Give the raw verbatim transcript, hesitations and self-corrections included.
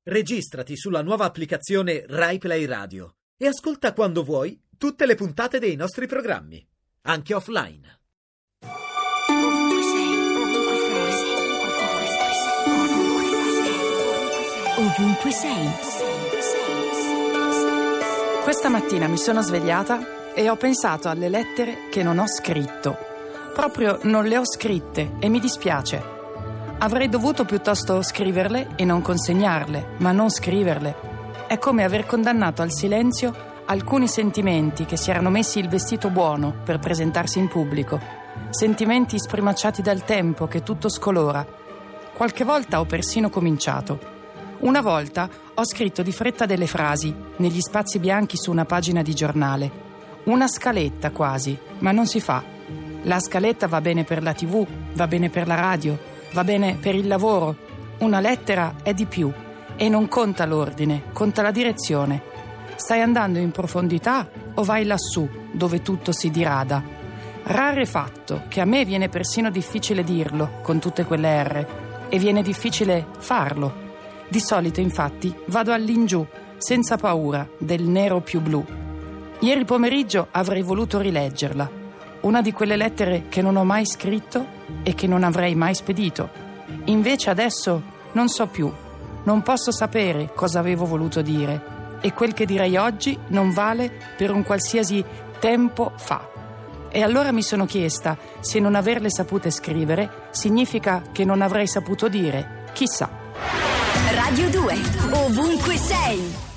Registrati sulla nuova applicazione Rai Play Radio e ascolta quando vuoi tutte le puntate dei nostri programmi, anche offline. Ovunque sei. Questa mattina mi sono svegliata e ho pensato alle lettere che non ho scritto. Proprio non le ho scritte e mi dispiace. Avrei dovuto piuttosto scriverle e non consegnarle, ma non scriverle. È come aver condannato al silenzio alcuni sentimenti che si erano messi il vestito buono per presentarsi in pubblico. Sentimenti sprimacciati dal tempo che tutto scolora. Qualche volta ho persino cominciato. Una volta ho scritto di fretta delle frasi negli spazi bianchi su una pagina di giornale. Una scaletta quasi, ma non si fa. La scaletta va bene per la tivù, va bene per la radio, va bene per il lavoro. Una lettera è di più e non conta l'ordine, conta la direzione. Stai andando in profondità o vai lassù, dove tutto si dirada? Rarefatto che a me viene persino difficile dirlo con tutte quelle R e viene difficile farlo. Di solito, infatti, vado all'ingiù, senza paura del nero più blu. Ieri pomeriggio avrei voluto rileggerla. Una di quelle lettere che non ho mai scritto e che non avrei mai spedito. Invece adesso non so più, non posso sapere cosa avevo voluto dire e quel che direi oggi non vale per un qualsiasi tempo fa. E allora mi sono chiesta se non averle sapute scrivere significa che non avrei saputo dire, chissà. Radio due, ovunque sei.